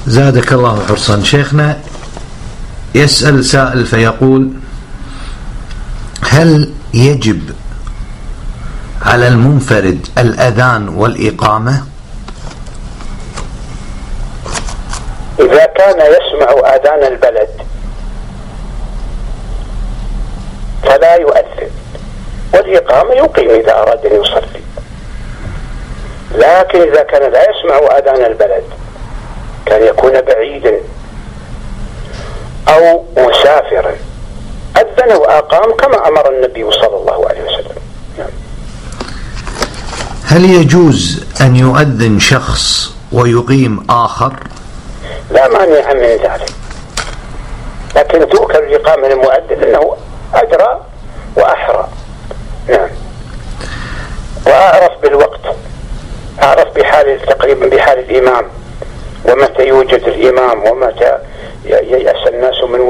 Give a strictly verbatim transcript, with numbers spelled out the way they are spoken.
زادك الله حرصا. شيخنا، يسأل سائل فيقول: هل يجب على المنفرد الأذان والإقامة؟ إذا كان يسمع آذان البلد فلا يؤذن، والإقامة يقيم إذا أراد أن يصلي. لكن إذا كان لا يسمع آذان البلد، كان يكون بعيدا أو مسافرا، أذن وأقام كما أمر النبي صلى الله عليه وسلم. نعم. هل يجوز أن يؤذن شخص ويقيم آخر؟ لا مانع من ذلك، لكن تؤكل الإقامة للمؤذن أنه أدرى وأحرى. نعم. وأعرف بالوقت، أعرف بحال تقريبا بحال الإمام، ومتى يوجد الإمام ومتى ييأس الناس من